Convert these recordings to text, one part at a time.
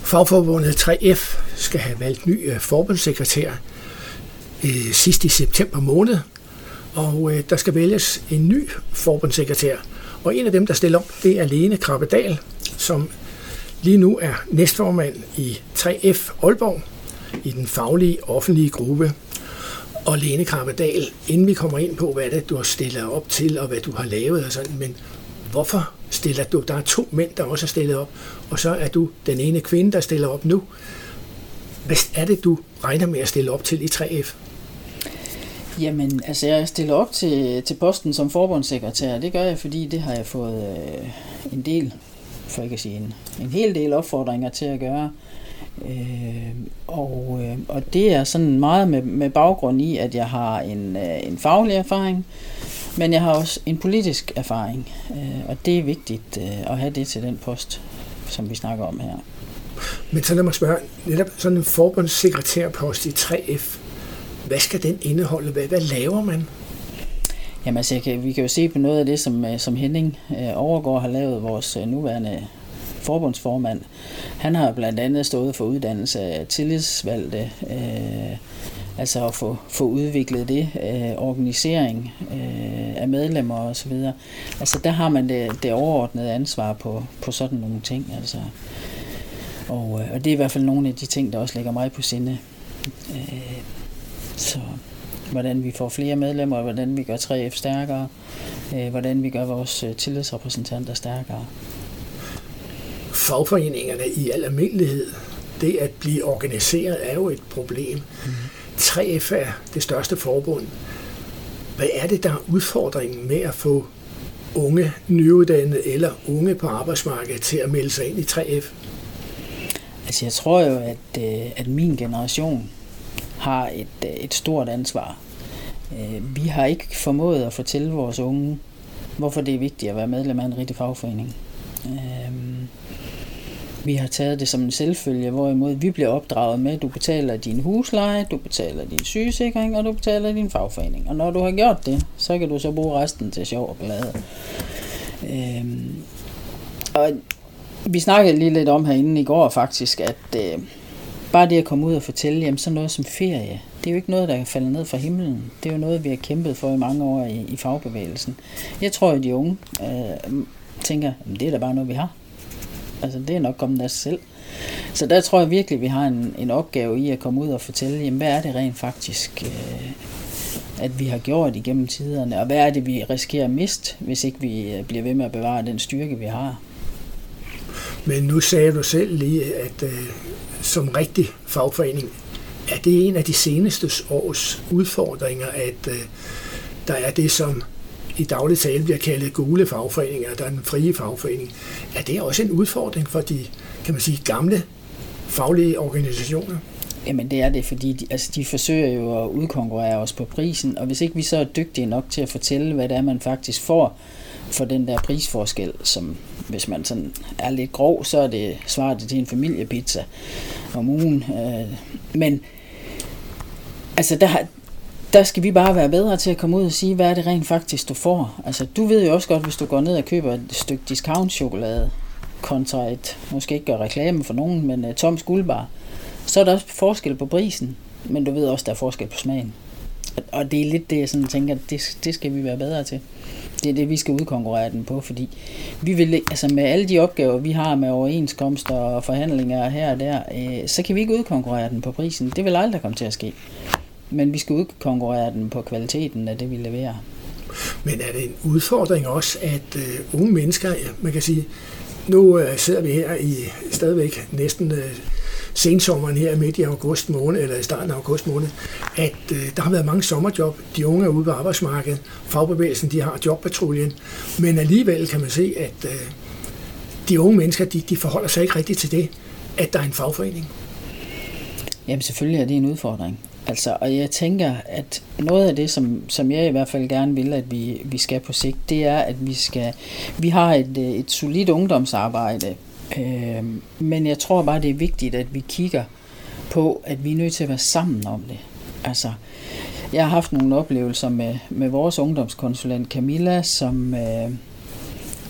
Fagforbundet 3F skal have valgt ny forbundssekretær sidst i september måned, og der skal vælges en ny forbundssekretær. Og en af dem, der stiller op, det er Lene Krabbedal, som lige nu er næstformand i 3F Aalborg i den faglige offentlige gruppe. Og Lene Krabbedal, inden vi kommer ind på, hvad det du har stillet op til, og hvad du har lavet og sådan, men hvorfor stiller du? Der er 2 mænd, der også er stillet op, og så er du den ene kvinde, der stiller op nu. Hvad er det, du regner med at stille op til i 3F? Jamen, altså jeg stiller op til posten som forbundssekretær. Det gør jeg, fordi det har jeg fået en del, for ikke at sige en hel del opfordringer til at gøre. Og det er sådan meget med baggrund i, at jeg har en faglig erfaring, men jeg har også en politisk erfaring, og det er vigtigt at have det til den post, som vi snakker om her. Men så lad mig spørge, netop sådan en forbundssekretærpost i 3F, hvad skal den indeholde? Hvad laver man? Jamen altså, vi kan jo se på noget af det, som Henning Overgaard har lavet, vores nuværende forbundsformand. Han har blandt andet stået for uddannelse af tillidsvalgte, altså at få udviklet det, organisering af medlemmer og så videre. Altså der har man det overordnede ansvar på sådan nogle ting. Altså. Og det er i hvert fald nogle af de ting, der også ligger mig på sinde. Så hvordan vi får flere medlemmer, hvordan vi gør 3F stærkere, hvordan vi gør vores tillidsrepræsentanter stærkere. Fagforeningerne i al almindelighed, det at blive organiseret er jo et problem. 3F er det største forbund. Hvad er det, der er udfordringen med at få unge, nyuddannede eller unge på arbejdsmarkedet til at melde sig ind i 3F? Altså jeg tror jo, at min generation har et stort ansvar. Vi har ikke formået at fortælle vores unge, hvorfor det er vigtigt at være medlem af en rigtig fagforening. Vi har taget det som en selvfølge, hvorimod vi bliver opdraget med, at du betaler din husleje, du betaler din sygesikring, og du betaler din fagforening. Og når du har gjort det, så kan du så bruge resten til sjov og ballade. Og vi snakkede lige lidt om herinde i går faktisk, at bare det at komme ud og fortælle, jamen sådan noget som ferie, det er jo ikke noget, der kan falde ned fra himlen. Det er jo noget, vi har kæmpet for i mange år i fagbevægelsen. Jeg tror, at de unge tænker, at det er da bare noget, vi har. Altså det er nok kommet af sig selv. Så der tror jeg virkelig, at vi har en opgave i at komme ud og fortælle, jamen, hvad er det rent faktisk, at vi har gjort igennem tiderne, og hvad er det, vi risikerer at miste, hvis ikke vi bliver ved med at bevare den styrke, vi har. Men nu sagde du selv lige, at som rigtig fagforening, er det en af de seneste års udfordringer, at der er det, som i daglig tale bliver kaldet gule fagforeninger, der er den frie fagforening. Er det også en udfordring for de, kan man sige, gamle faglige organisationer? Jamen det er det, fordi de forsøger jo at udkonkurrere os på prisen, og hvis ikke vi så er dygtige nok til at fortælle, hvad det er, man faktisk får for den der prisforskel, som hvis man sådan er lidt grov, så er det svaret til en familiepizza om ugen. Men altså der skal vi bare være bedre til at komme ud og sige, hvad er det rent faktisk, du får. Altså, du ved jo også godt, hvis du går ned og køber et stykke discount-chokolade kontra et, måske ikke gør reklame for nogen, men Toms Guldbar, så er der også forskel på prisen, men du ved også, der er forskel på smagen. Og det er lidt det, jeg sådan tænker, det skal vi være bedre til. Det er det, vi skal udkonkurrere den på, fordi vi vil, altså med alle de opgaver, vi har med overenskomster og forhandlinger her og der, så kan vi ikke udkonkurrere den på prisen. Det vil aldrig komme til at ske. Men vi skal udkonkurrere den på kvaliteten af det, vi leverer. Men er det en udfordring også, at unge mennesker, man kan sige, nu sidder vi her i stadigvæk næsten sensommeren her midt i august måned, eller i starten af august måned, at der har været mange sommerjob. De unge er ude på arbejdsmarkedet. Fagbevægelsen, de har jobpatruljen. Men alligevel kan man se, at de unge mennesker, de forholder sig ikke rigtigt til det, at der er en fagforening. Jamen selvfølgelig er det en udfordring. Altså, og jeg tænker, at noget af det, som jeg i hvert fald gerne vil, at vi skal på sigt, det er, at vi har et solidt ungdomsarbejde, men jeg tror bare, det er vigtigt, at vi kigger på, at vi er nødt til at være sammen om det. Altså, jeg har haft nogle oplevelser med vores ungdomskonsulent Camilla, som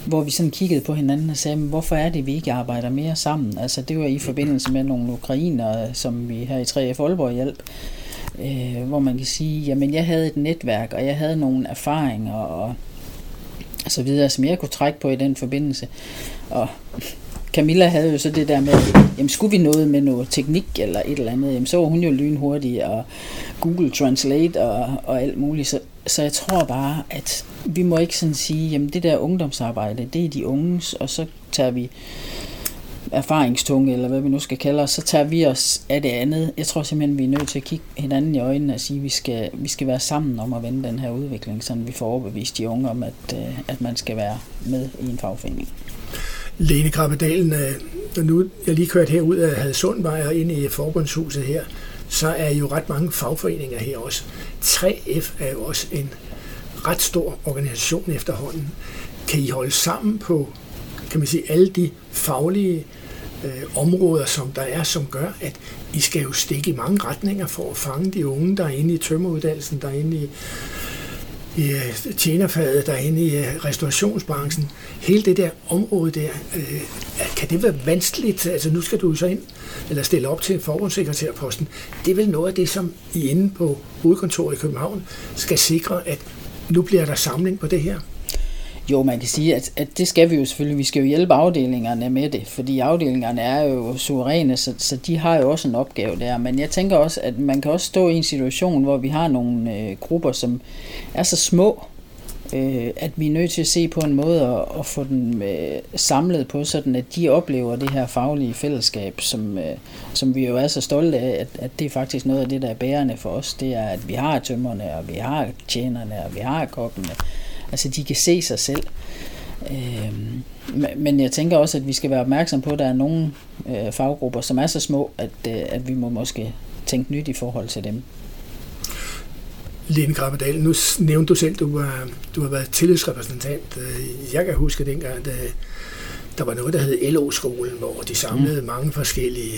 hvor vi sådan kiggede på hinanden og sagde, hvorfor er det, vi ikke arbejder mere sammen? Altså det var i forbindelse med nogle ukrainere, som vi her i 3F Aalborg hjalp, hvor man kan sige, jamen jeg havde et netværk, og jeg havde nogle erfaringer og så videre, som jeg kunne trække på i den forbindelse. Og Camilla havde jo så det der med, jamen skulle vi noget med noget teknik eller et eller andet, jamen så var hun jo lynhurtig og Google Translate og alt muligt. Så jeg tror bare, at vi må ikke sådan sige, jamen det der ungdomsarbejde, det er de unges, og så tager vi erfaringstunge, eller hvad vi nu skal kalde os, så tager vi os af det andet. Jeg tror simpelthen, vi er nødt til at kigge hinanden i øjnene og sige, at vi skal være sammen om at vende den her udvikling, så vi får overbevist de unge om, at man skal være med i en fagforening. Lene Krabbedalen, når nu jeg lige kørt herud af Hadsundvej og ind i forbundshuset her, så er jo ret mange fagforeninger her også. 3F er jo også en ret stor organisation efterhånden. Kan I holde sammen på, kan man sige, alle de faglige områder, som der er, som gør, at I skal jo stikke i mange retninger for at fange de unge, der er inde i tømreruddannelsen, der er inde i tjenerfaget, der er inde i restaurationsbranchen. Hele det der område der, kan det være vanskeligt? Altså nu skal du så ind, eller stille op til forbundssekretærposten. Det er vel noget af det, som I inde på hovedkontoret i København skal sikre, at nu bliver der samling på det her? Jo, man kan sige, at det skal vi jo selvfølgelig. Vi skal jo hjælpe afdelingerne med det, fordi afdelingerne er jo suveræne, så de har jo også en opgave der. Men jeg tænker også, at man kan også stå i en situation, hvor vi har nogle grupper, som er så små, at vi er nødt til at se på en måde at få dem samlet på, sådan at de oplever det her faglige fællesskab, som vi jo er så stolte af, at det er faktisk noget af det, der er bærende for os. Det er, at vi har tømmerne, og vi har tjenerne, og vi har kokkene. Altså, de kan se sig selv. Men jeg tænker også, at vi skal være opmærksom på, at der er nogle faggrupper, som er så små, at vi må måske tænke nyt i forhold til dem. Lene Krabbedal, nu nævnte du selv, du har været tillidsrepræsentant. Jeg kan huske dengang, der var noget, der hed LO-skolen, hvor de samlede mange forskellige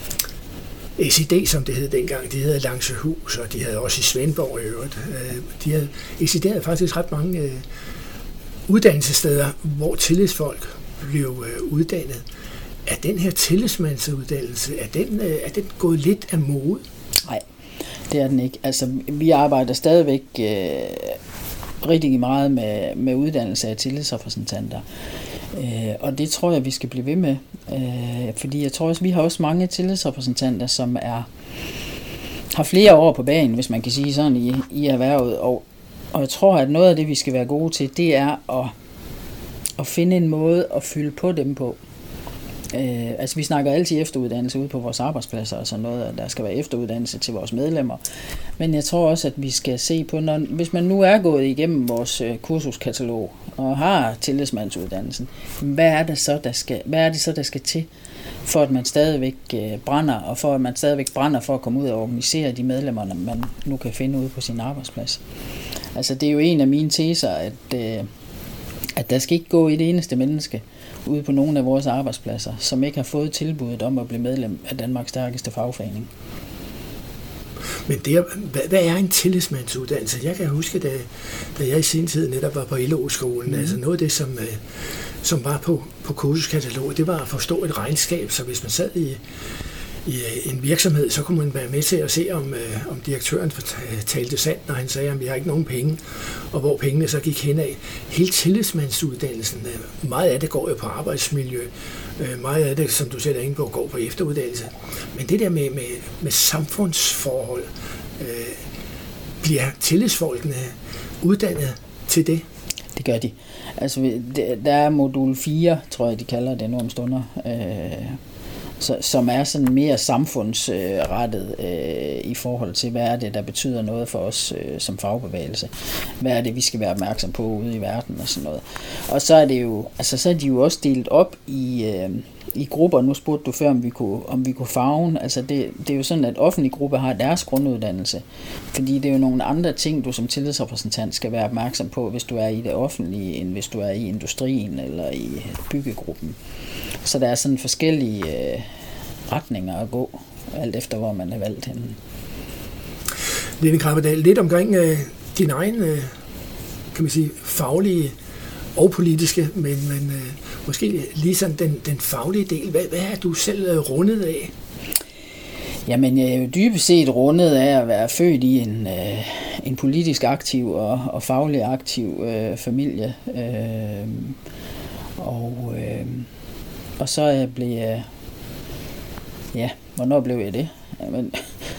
SID, som det hed dengang. De havde Langsehus, og de havde også i Svendborg i øvrigt. SID havde faktisk ret mange uddannelsessteder, hvor tillidsfolk blev uddannet. Er den her tillidsmandsuddannelse, er den gået lidt af mode? Nej, det er den ikke. Altså, vi arbejder stadigvæk rigtig meget med uddannelse af tillidsrepræsentanter. Og det tror jeg, vi skal blive ved med. Fordi jeg tror også, vi har også mange tillidsrepræsentanter, som har flere år på banen, hvis man kan sige sådan, i erhvervet. Og jeg tror, at noget af det, vi skal være gode til, det er at finde en måde at fylde på dem på. Altså vi snakker altid efteruddannelse ude på vores arbejdspladser og sådan noget, og der skal være efteruddannelse til vores medlemmer. Men jeg tror også, at vi skal se på, hvis man nu er gået igennem vores kursuskatalog og har tillidsmandsuddannelsen, hvad er det så, der skal til, for at man stadigvæk brænder, og for at man stadigvæk brænder for at komme ud og organisere de medlemmer, man nu kan finde ude på sin arbejdsplads. Altså det er jo en af mine teser, at der skal ikke gå et eneste menneske ude på nogle af vores arbejdspladser, som ikke har fået tilbuddet om at blive medlem af Danmarks stærkeste fagforening. Men hvad er en tillidsmandsuddannelse? Jeg kan huske, da jeg i sin tid netop var på LO-skolen, altså noget af det, som var på kursuskataloget, det var at forstå et regnskab, så hvis man sad i en virksomhed, så kunne man være med til at se, om direktøren talte sandt, når han sagde, at vi har ikke nogen penge, og hvor pengene så gik henad. Hele tillidsmandsuddannelsen, meget af det går jo på arbejdsmiljø, meget af det, som du selv er inde på, går på efteruddannelse. Men det der med samfundsforhold, bliver tillidsfolkene uddannet til det? Det gør de. Altså, der er modul 4, tror jeg, de kalder det nu om stunder, som er sådan mere samfundsrettet i forhold til, hvad er det, der betyder noget for os som fagbevægelse. Hvad er det, vi skal være opmærksom på ude i verden og sådan noget. Og så er det jo, altså så er de jo også delt op i grupper. Nu spurgte du før, om vi kunne farve. Altså det er jo sådan, at offentlige grupper har deres grunduddannelse. Fordi det er jo nogle andre ting, du som tillidsrepræsentant skal være opmærksom på, hvis du er i det offentlige, end hvis du er i industrien eller i byggegruppen. Så der er sådan forskellige retninger at gå, alt efter hvor man er valgt henne. Lene Krabbedal, lidt omkring din egen, kan man sige, faglige og politiske, men måske lige sådan den faglige del. Hvad er du selv rundet af? Jamen, jeg er jo dybest set rundet af at være født i en politisk aktiv og faglig aktiv familie. Og så blev jeg... Ja, hvornår blev jeg det? Jamen,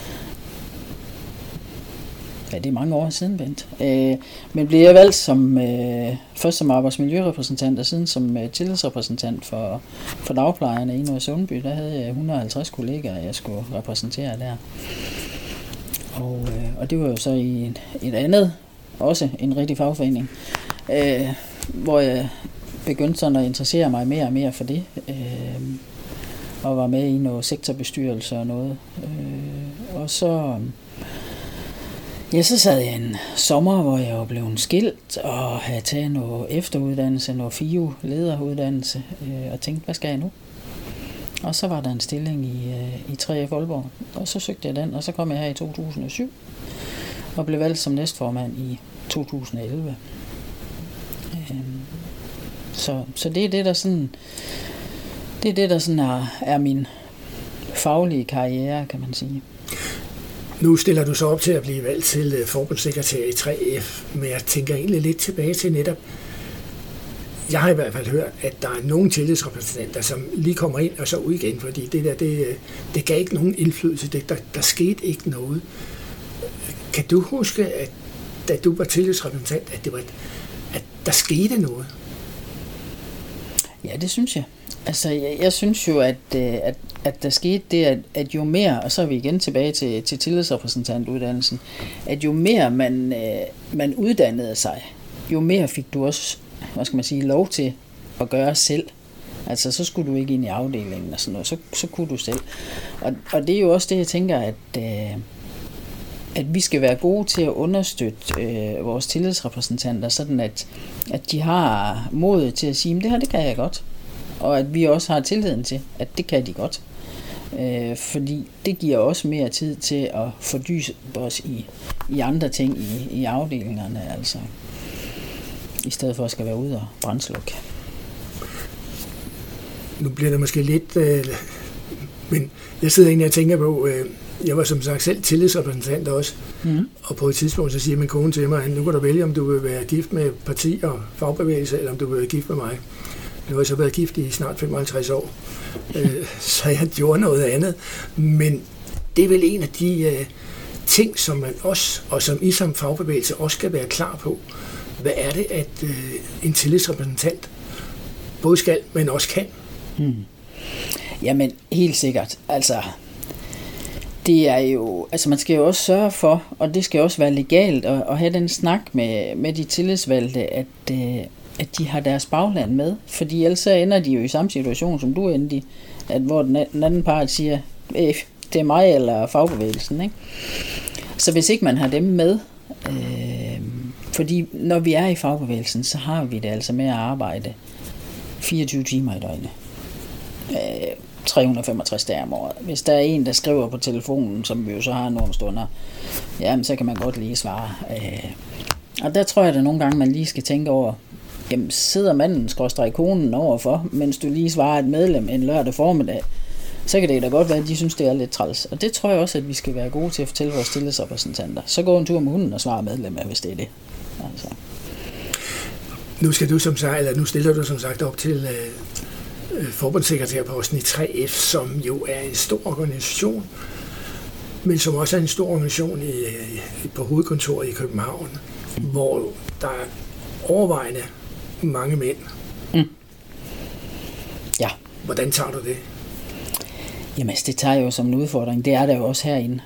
ja, det er mange år siden, Bent. Men blev jeg valgt først som arbejdsmiljørepræsentant, og siden som tillidsrepræsentant for dagplejerne i Nordre Sundby. Der havde jeg 150 kollegaer, jeg skulle repræsentere der. Og det var jo så i et andet, også en rigtig fagforening, hvor jeg begyndte sådan at interessere mig mere og mere for det. Og var med i noget sektorbestyrelse og noget. Og så... Ja, så sad jeg en sommer, hvor jeg var blevet skilt og havde taget noget efteruddannelse, noget FIU-lederuddannelse, og tænkte, hvad skal jeg nu? Og så var der en stilling i 3F Aalborg, og så søgte jeg den, og så kom jeg her i 2007 og blev valgt som næstformand i 2011. Så det er det, der sådan... Det er det, der sådan er min faglige karriere, kan man sige. Nu stiller du så op til at blive valgt til forbundssekretær i 3F, men jeg tænker egentlig lidt tilbage til netop, jeg har i hvert fald hørt, at der er nogle tillidsrepræsentanter, som lige kommer ind og så ud igen, fordi det gav ikke nogen indflydelse, der skete ikke noget. Kan du huske, at da du var tillidsrepræsentant, at der skete noget? Ja, det synes jeg. Altså, jeg synes jo, at der skete det, at jo mere, og så er vi igen tilbage til tillidsrepræsentantuddannelsen, at jo mere man uddannede sig, jo mere fik du også, hvad skal man sige, lov til at gøre selv. Altså, så skulle du ikke ind i afdelingen og sådan noget, så kunne du selv. Og det er jo også det, jeg tænker, at vi skal være gode til at understøtte vores tillidsrepræsentanter, sådan at de har modet til at sige, at det her, det kan jeg godt. Og at vi også har tilliden til, at det kan de godt. Fordi det giver også mere tid til at fordybe os i andre ting i afdelingerne, altså. I stedet for at skal være ude og brændslukke. Nu bliver det måske lidt... men jeg sidder egentlig og tænker på... jeg var som sagt selv tillidsrepræsentant også. Mm. Og på et tidspunkt så siger min kone til mig, at nu kan du vælge, om du vil være gift med parti og fagbevægelse, eller om du vil være gift med mig. Nu har jeg så været gift i snart 55 år, så jeg gjorde noget andet. Men det er vel en af de ting, som man også, og som I som fagbevægelse også skal være klar på. Hvad er det, at en tillidsrepræsentant både skal, men også kan? Jamen, helt sikkert. Altså, det er jo, altså man skal jo også sørge for, og det skal også være legalt, at have den snak med de tillidsvalgte, at de har deres bagland med, fordi ellers så ender de jo i samme situation, som du endte i, at hvor den anden part siger, det er mig eller fagbevægelsen, ikke? Så hvis ikke man har dem med, fordi når vi er i fagbevægelsen, så har vi det altså med at arbejde 24 timer i døgnet. 365 dage om året. Hvis der er en, der skriver på telefonen, som vi jo så har nogle stunder, jamen så kan man godt lige svare. Og der tror jeg, at nogle gange, man lige skal tænke over, jamen sidder manden /konen overfor, mens du lige svarer et medlem en lørdag formiddag, så kan det da godt være, at de synes, det er lidt træls. Og det tror jeg også, at vi skal være gode til at fortælle vores tillidsrepræsentanter. Så gå en tur med hunden og svare medlemmer, hvis det er det. Altså. Nu stiller du som sagt op til forbundssekretærposten i 3F, som jo er en stor organisation, men som også er en stor organisation på hovedkontoret i København, hvor der er overvejende mange mænd. Mm. Ja. Hvordan tager du det? Jamen, det tager jeg jo som en udfordring. Det er der jo også herinde.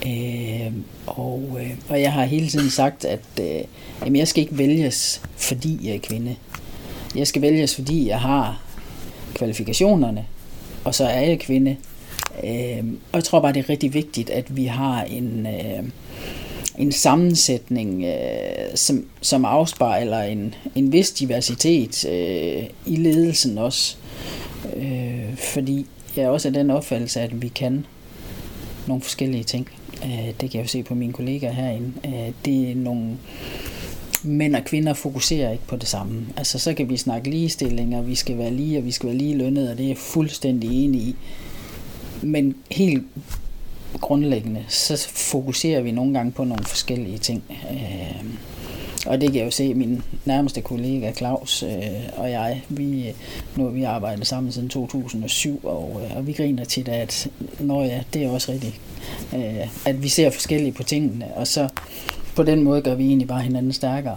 Og jeg har hele tiden sagt, at jeg skal ikke vælges, fordi jeg er kvinde. Jeg skal vælges, fordi jeg har kvalifikationerne, og så er jeg kvinde. Og jeg tror bare, det er rigtig vigtigt, at vi har en sammensætning, som afspejler en vis diversitet i ledelsen også. Fordi jeg er også af den opfattelse, at vi kan nogle forskellige ting. Det kan jeg jo se på mine kollegaer herinde. Det er mænd og kvinder fokuserer ikke på det samme. Altså så kan vi snakke ligestilling, og vi skal være lige, og vi skal være lige lønnet, og det er jeg fuldstændig enig i. Men helt grundlæggende, så fokuserer vi nogle gange på nogle forskellige ting. Og det kan jeg jo se, min nærmeste kollega Claus og jeg, nu har vi arbejdet sammen siden 2007, og vi griner tit af, at det er også rigtigt, at vi ser forskelligt på tingene, og så på den måde gør vi egentlig bare hinanden stærkere.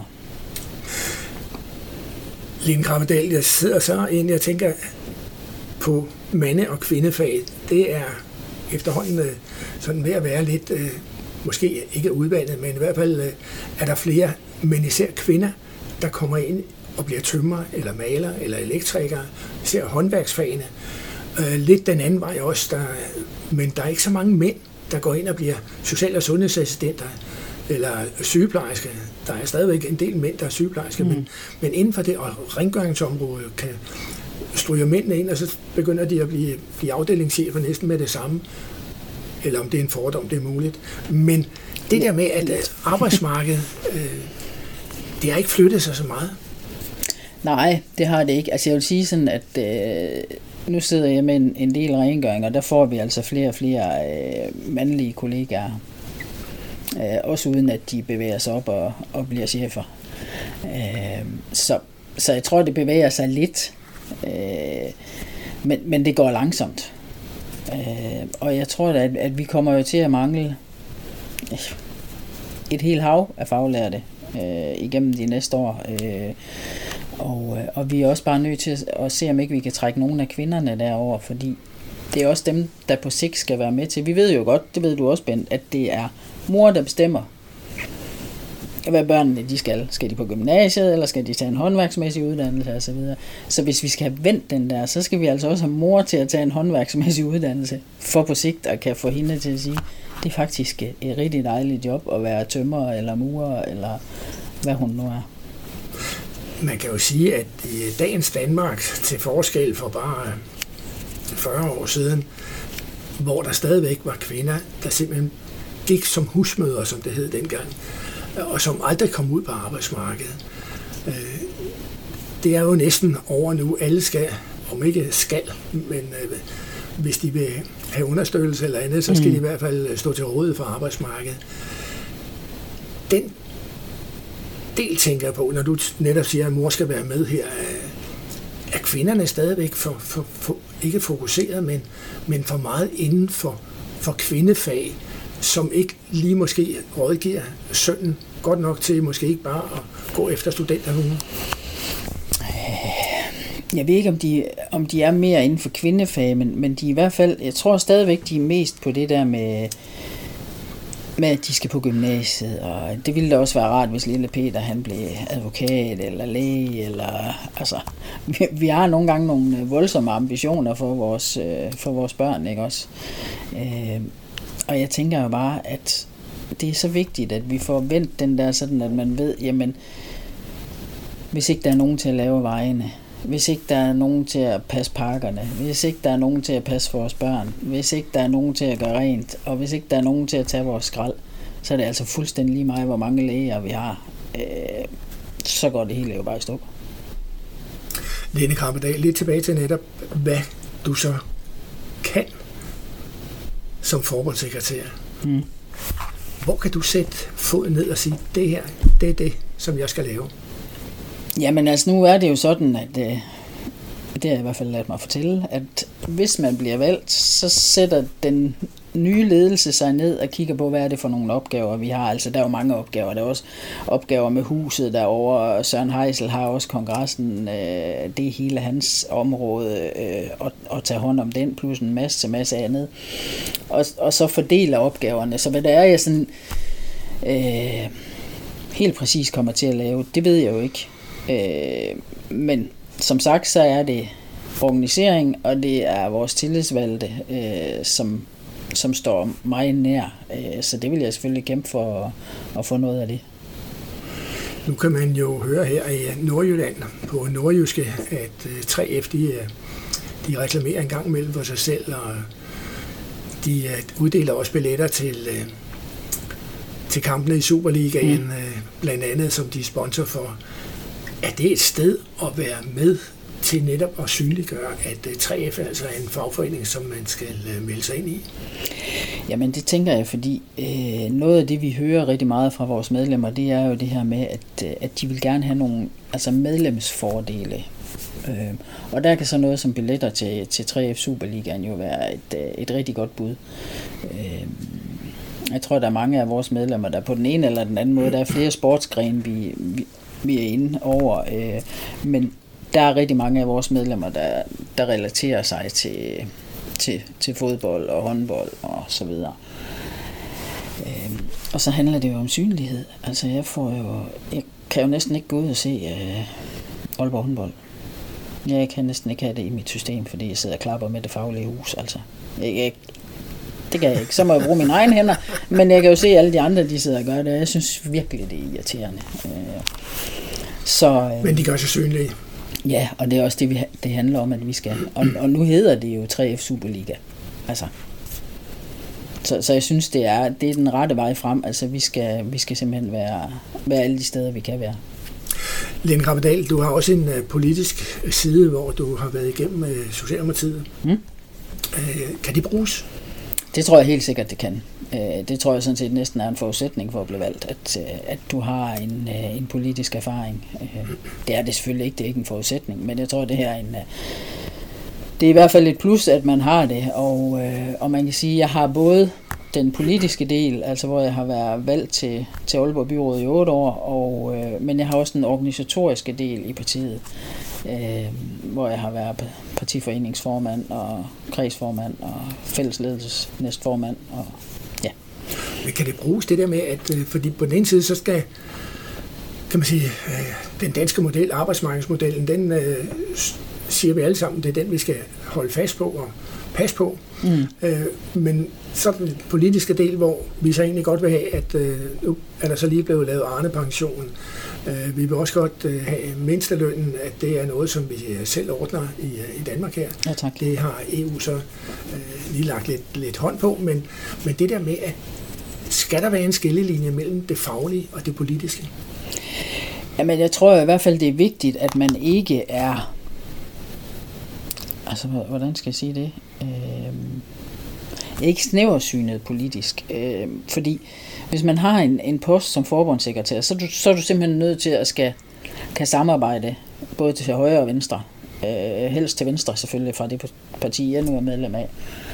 Line Krabbedal, jeg sidder så egentlig og tænker på mande- og kvindefag. Det er efterhånden sådan ved at være lidt, måske ikke udvandet, men i hvert fald er der flere, men især kvinder, der kommer ind og bliver tømrer, eller maler, eller elektrikere, især håndværksfagene. Lidt den anden vej også, men der er ikke så mange mænd, der går ind og bliver social- og sundhedsassistenter, eller sygeplejersker. Der er stadigvæk en del mænd, der er sygeplejersker, men inden for det, og rengøringsområdet kan stryge mændene ind, og så begynder de at blive afdelingschefer næsten med det samme, eller om det er en fordom, det er muligt. Men det der med, at arbejdsmarkedet, det har ikke flyttet sig så meget. Nej, det har det ikke. Altså jeg vil sige sådan, at nu sidder jeg med en del rengøring, og der får vi altså flere og flere mandlige kollegaer. Også uden at de bevæger sig op og bliver chefer. Så jeg tror, det bevæger sig lidt, men det går langsomt. Og jeg tror, at vi kommer jo til at mangle et helt hav af faglærte igennem de næste år. Og vi er også bare nødt til at se, om ikke vi kan trække nogle af kvinderne derover, fordi det er også dem, der på sigt skal være med til. Vi ved jo godt, det ved du også, Bent, at det er mor, der bestemmer, hvad børnene de skal. Skal de på gymnasiet, eller skal de tage en håndværksmæssig uddannelse osv. Så hvis vi skal have vendt den der, så skal vi altså også have mor til at tage en håndværksmæssig uddannelse, for på sigt at kan få hende til at sige, det er faktisk et rigtig dejligt job at være tømrer eller murer, eller hvad hun nu er. Man kan jo sige, at i dagens Danmark, til forskel for bare 40 år siden, hvor der stadigvæk var kvinder, der simpelthen gik som husmødre, som det hed dengang, og som aldrig kom ud på arbejdsmarkedet. Det er jo næsten over nu. Alle skal, om ikke skal, men hvis de vil have understøttelse eller andet, så skal de i hvert fald stå til rådighed for arbejdsmarkedet. Den del tænker jeg på, når du netop siger, at mor skal være med her, er kvinderne stadigvæk ikke fokuseret, men for meget inden for kvindefag, som ikke lige måske rådgiver sønnen godt nok til måske ikke bare at gå efter studenterhuen. Jeg ved ikke, om de er mere inden for kvindefag, men de er i hvert fald, jeg tror stadigvæk, de er mest på det der med at de skal på gymnasiet, og det ville da også være rart, hvis lille Peter han blev advokat eller læge, eller altså, vi har nogle gange nogle voldsomme ambitioner for vores børn, ikke også? Og jeg tænker jo bare, at det er så vigtigt, at vi får vendt den der sådan, at man ved, jamen, hvis ikke der er nogen til at lave vejene, hvis ikke der er nogen til at passe parkerne, hvis ikke der er nogen til at passe vores børn, hvis ikke der er nogen til at gøre rent, og hvis ikke der er nogen til at tage vores skrald, så er det altså fuldstændig lige meget, hvor mange læger vi har. Så går det hele jo bare i stå. Line Krabbedal, lidt tilbage til netop, hvad du så kan som forbundssekretær. Hvor kan du sætte foden ned og sige, det her, det er det, som jeg skal lave? Jamen altså, nu er det jo sådan, at det har jeg i hvert fald ladet mig fortælle, at hvis man bliver valgt, så sætter den nye ledelse sig ned og kigger på, hvad er det for nogle opgaver, vi har. Altså, der er jo mange opgaver. Der er også opgaver med huset derovre. Søren Heisel har også kongressen. Det er hele hans område at tage hånd om den, plus en masse andet. Og så fordeler opgaverne. Så hvad det er, jeg sådan helt præcis kommer til at lave, det ved jeg jo ikke. Men som sagt, så er det organisering, og det er vores tillidsvalgte, som står mig nær. Så det vil jeg selvfølgelig kæmpe for at få noget af det. Nu kan man jo høre her i Nordjylland på nordjyske, at 3F de reklamerer en gang imellem for sig selv, og de uddeler også billetter til til kampene i Superligaen, blandt andet som de sponsor for. Er det et sted at være med til netop at synliggøre, at 3F altså er en fagforening, som man skal melde sig ind i? Jamen det tænker jeg, fordi noget af det, vi hører rigtig meget fra vores medlemmer, det er jo det her med, at de vil gerne have nogle medlemsfordele. Og der kan så noget som billetter til 3F Superligaen jo være et rigtig godt bud. Jeg tror, der er mange af vores medlemmer, der på den ene eller den anden måde, der er flere sportsgrene, vi er inde over, men der er rigtig mange af vores medlemmer, der relaterer sig til fodbold og håndbold og så videre. Og så handler det jo om synlighed. Altså jeg kan jo næsten ikke gå ud og se Aalborg håndbold. Jeg kan næsten ikke have det i mit system, fordi jeg sidder og klapper med det faglige hus. Altså det kan jeg ikke. Så må jeg bruge mine egne hænder, men jeg kan jo se alle de andre, de sidder og gør det, og jeg synes virkelig, det er irriterende. Men de gør sig synlige. Ja, og det er også det handler om, at vi skal. Og nu hedder det jo 3F Superliga. Altså. Så jeg synes, det er den rette vej frem. Altså, vi skal simpelthen være alle de steder, vi kan være. Lene Krabbedal, du har også en politisk side, hvor du har været igennem Socialdemokratiet. Kan det bruges? Det tror jeg helt sikkert, det kan. Det tror jeg sådan set næsten er en forudsætning for at blive valgt, at du har en politisk erfaring. Det er det selvfølgelig ikke, det er ikke en forudsætning, men jeg tror, det her det er i hvert fald et plus, at man har det, og man kan sige, at jeg har både den politiske del, altså hvor jeg har været valgt til Aalborg Byråd i 8 år, men jeg har også den organisatoriske del i partiet, hvor jeg har været partiforeningsformand og kredsformand og fællesledelses næstformand. Og, ja. Men kan det bruges det der med, at fordi på den ene side, så skal, kan man sige, den danske model, arbejdsmarkedsmodellen, den siger vi alle sammen, det er den, vi skal holde fast på og passe på. Men så den politiske del, hvor vi så egentlig godt vil have, at nu er der så lige blevet lavet Arne-pension. Vi vil også godt have mindstelønnen, at det er noget, som vi selv ordner i Danmark her. Ja, tak. Det har EU så lige lagt lidt hånd på, men det der med, at skal der være en skillelinje mellem det faglige og det politiske? Jamen, jeg tror i hvert fald, det er vigtigt, at man ikke er... Altså, hvordan skal jeg sige det? Ikke snæversynet politisk. Fordi hvis man har en post som forbundssekretær, så er du simpelthen nødt til at kan samarbejde både til højre og venstre. Helst til venstre selvfølgelig fra det parti, jeg nu er medlem af.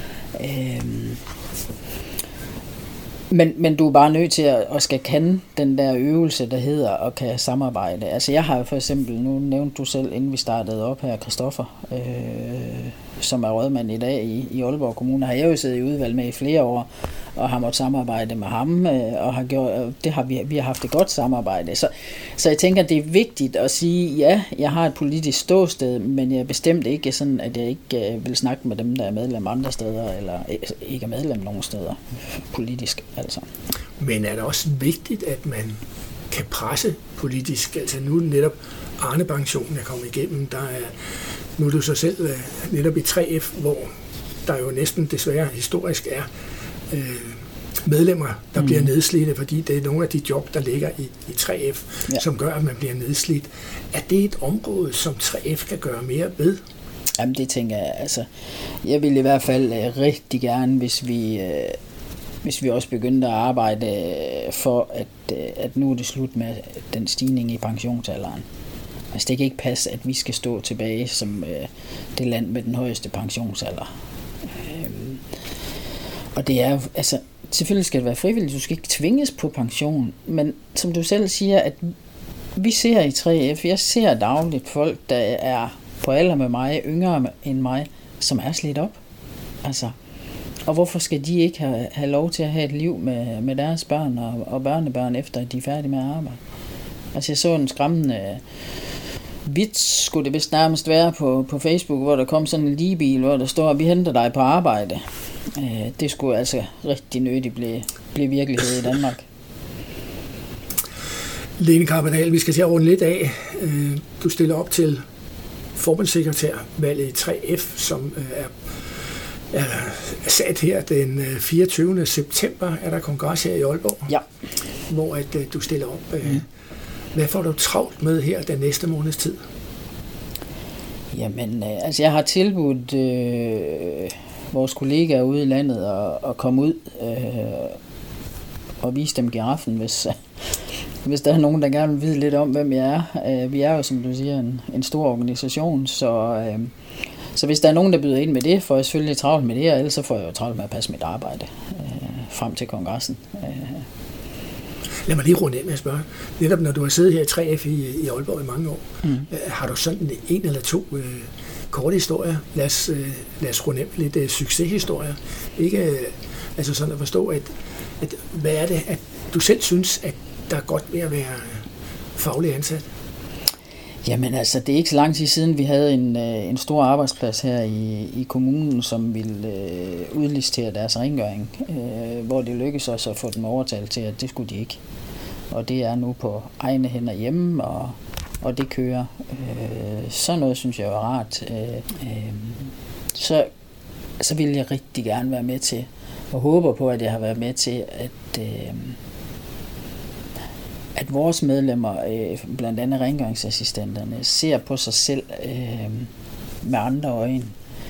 Men du er bare nødt til at skal kende den der øvelse, der hedder at kan samarbejde. Altså jeg har for eksempel, nu nævnte du selv, inden vi startede op her, Christoffer, som er rådmand i dag i Aalborg Kommune, har jeg jo siddet i udvalg med i flere år, og har måttet samarbejde med ham, og har gjort, vi har haft et godt samarbejde. Så jeg tænker, det er vigtigt at sige, ja, jeg har et politisk ståsted, men jeg er bestemt ikke sådan, at jeg ikke vil snakke med dem, der er medlem andre steder, eller ikke er medlem nogen steder politisk. Altså. Men er det også vigtigt, at man kan presse politisk? Altså nu netop Arne-pensionen er kommet igennem, nu er du så selv netop i 3F, hvor der jo næsten desværre historisk er medlemmer, der bliver nedslidte, fordi det er nogle af de job, der ligger i 3F, som gør, at man bliver nedslidt. Er det et område, som 3F kan gøre mere ved? Jamen det tænker jeg, altså. Jeg vil i hvert fald rigtig gerne, hvis vi også begyndte at arbejde for, at nu er det slut med den stigning i pensionsalderen. Altså det kan ikke passe, at vi skal stå tilbage som det land med den højeste pensionsalder. Og det er altså, selvfølgelig skal det være frivilligt, du skal ikke tvinges på pension, men som du selv siger, at vi ser i 3F, jeg ser dagligt folk, der er på alder med mig, yngre end mig, som er slidt op. Altså, og hvorfor skal de ikke have lov til at have et liv med deres børn og børnebørn, efter at de er færdige med at arbejde? Altså jeg så en skræmmende vits, skulle det vist nærmest være på Facebook, hvor der kom sådan en ligebil, hvor der står, vi henter dig på arbejde. Det skulle altså rigtig nødigt blive virkelighed i Danmark. Lene Krabbedal, vi skal til at runde lidt af. Du stiller op til forbundssekretærvalget i 3F, som er sat her den 24. september. Er der kongres her i Aalborg? Ja. hvor at, du stiller op. Hvad får du travlt med her den næste måneds tid? Jamen, altså jeg har tilbudt vores kollegaer ude i landet at komme ud og vise dem giraffen, hvis der er nogen, der gerne vil vide lidt om, hvem jeg er. Vi er jo, som du siger, en stor organisation, så hvis der er nogen, der byder ind med det, får jeg selvfølgelig travlt med det, og ellers så får jeg jo travlt med at passe mit arbejde frem til kongressen. Lad mig lige runde ind med at spørge. Netop når du har siddet her i 3F i Aalborg i mange år, har du sådan en eller to korte historier? Lad os runde ind lidt succeshistorier. Ikke altså sådan at forstå, at hvad er det, at du selv synes, at der er godt ved at være faglig ansat? Jamen altså, det er ikke så lang tid siden, vi havde en stor arbejdsplads her i kommunen, som ville udlistere deres rengøring, hvor det lykkedes os at få dem overtalt til, at det skulle de ikke. Og det er nu på egne hænder hjemme, og det kører. Sådan noget synes jeg er rart. Så vil jeg rigtig gerne være med til, og håber på, at jeg har været med til, at vores medlemmer, blandt andet rengøringsassistenterne, ser på sig selv med andre øjne.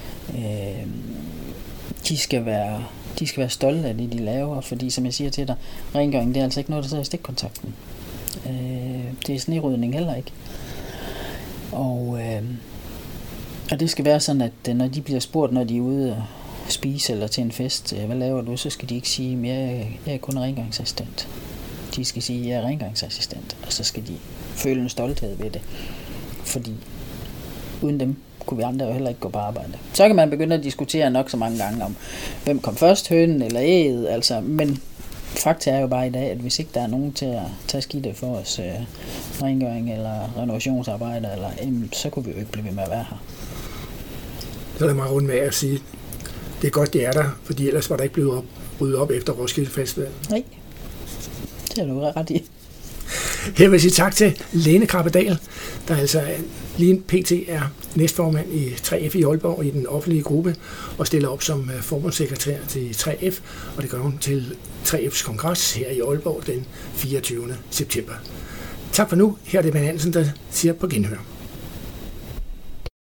De skal være stolte af det, de laver, fordi som jeg siger til dig, rengøring det er altså ikke noget, der sidder i stikkontakten. Det er snerydning heller ikke. Og det skal være sådan, at når de bliver spurgt, når de er ude og spise eller til en fest, hvad laver du, så skal de ikke sige, at jeg er kun rengøringsassistent. De skal sige, at jeg er rengøringsassistent, og så skal de føle en stolthed ved det. Fordi uden dem kunne vi andre jo heller ikke gå på arbejde. Så kan man begynde at diskutere nok så mange gange om, hvem kom først, hønen eller æget, altså, men fakta er jo bare i dag, at hvis ikke der er nogen til at tage skidtet for os, rengøring eller renovationsarbejde, så kunne vi jo ikke blive ved med at være her. Så er det meget rundt med at sige, det er godt, det er der, fordi ellers var der ikke blevet ryddet op efter Roskilde Festival. Nej. Det er du ret i. Her vil jeg sige tak til Lene Krabbedal, der altså lige pt. Er næstformand i 3F i Aalborg i den offentlige gruppe og stiller op som forbundssekretær til 3F, og det gør hun til 3F's kongres her i Aalborg den 24. september. Tak for nu. Her er det Ben Hansen, der siger på genhør.